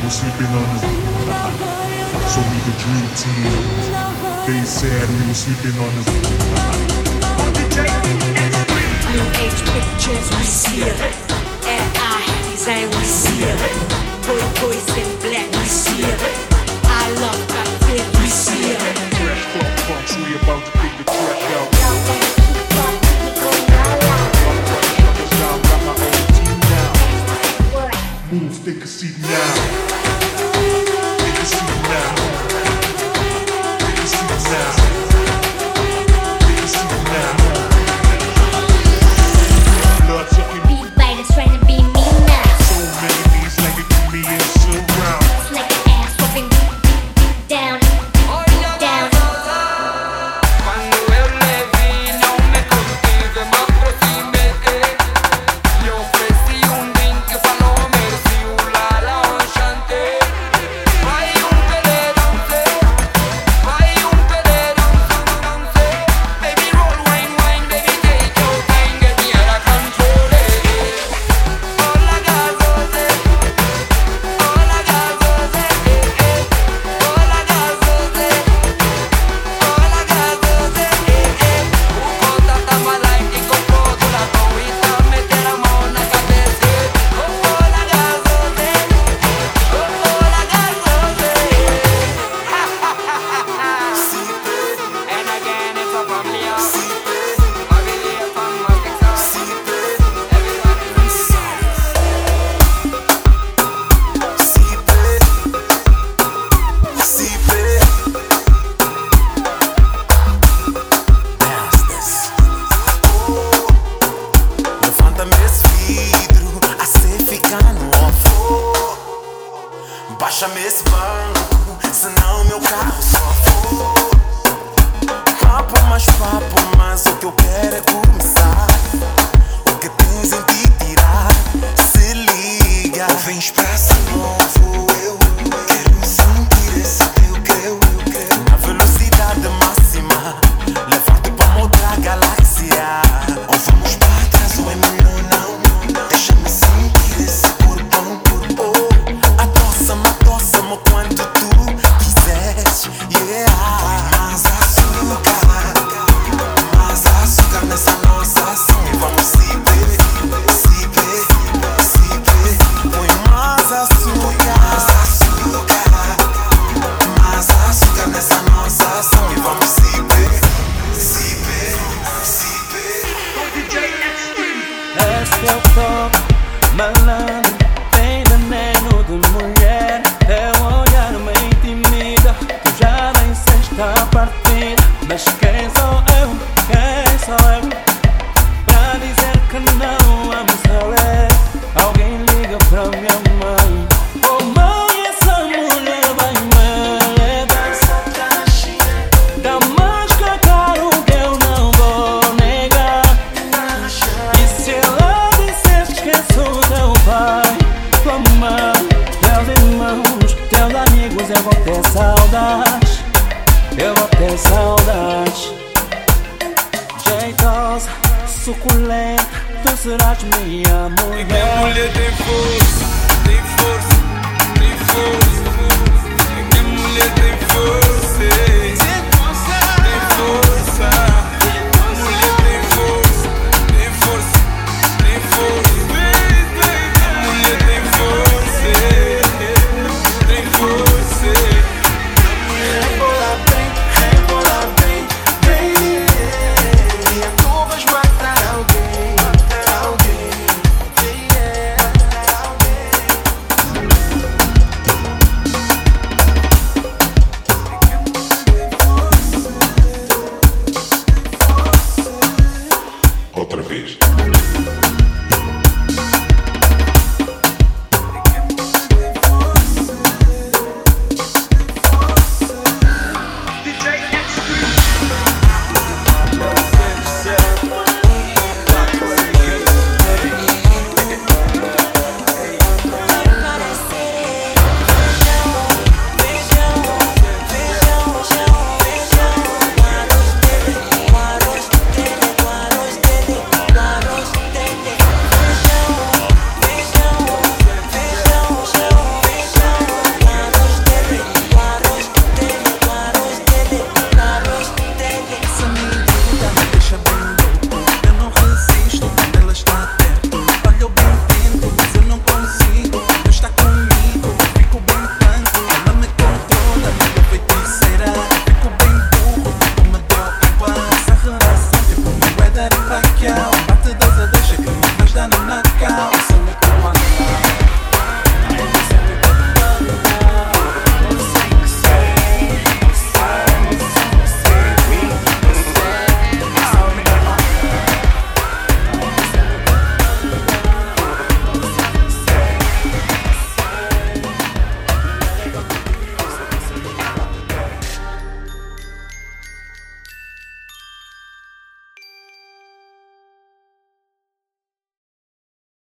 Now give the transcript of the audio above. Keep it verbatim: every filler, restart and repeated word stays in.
was sleeping on us. So we the dream team. They said we were sleeping on us. New age pictures we see it. L I design we see it. Boy boys in black we see it. I love that thing we see it. Fresh club punks, we about to take the track out. Got my own team now. Move, take a seat now. Take a seat now. Take a seat now. Take a seat now. Blood sucking. Beat biters trying to be me now. So many beats like it can be in surround. It's like an ass whooping down, down. Quando eu levi não me contive, me aproximei. Eu ofereci um drink, falou merci, ulala, enchanté. Vai um pedeirão, vai um pedeirão, baby roll, wine, wine, baby take your time, get me out of control. Hola gasoze, hola gasoze, hola gasoze, hola gasoze. O conta tava like e comprou do latão e tá meter a mão na cabeça. Hola gasoze, hola gasoze. And again it's a family of family of family. Everybody's inside. Levanta-me esse vidro, a cê fica no off. Baixa-me esse banco, senão meu carro sofre. Papo mais papo, mas o que eu quero é começar. O que tens em ti tirar, se liga. Vens pra ser novo, eu quero sentir esse teu creu, eu creu. Na velocidade máxima, levar-te pra uma outra galáxia. Ou vamos para trás ou é melhor não. Deixa-me sentir esse corpão, corpo. Atossa-me, atossa-me quanto tu quiseres, yeah. Mais açúcar, mais açúcar nessa nossa ação. E vamos se beber, se beber, se beber. Põe mais açúcar, mais açúcar, mais açúcar nessa nossa ação. E vamos se beber, se beber, se beber. Esse é o toque, malandro, tem veneno de mulher. Teu olhar me intimida, tu já nem sei está partida. Mas quem sou eu, quem sou eu, pra dizer que não amo saber? Alguém liga pra minha mãe. Oh mãe, essa mulher vai me levar. Dá mais que caro que eu não vou negar. E se ela disser que sou teu pai, tua mãe, teus irmãos, teus amigos, eu vou ter saudades. Eu vou ter saudades. Jeitosa, suculenta, tu serás minha mulher. Minha mulher tem força, tem força, tem força. Minha mulher tem força.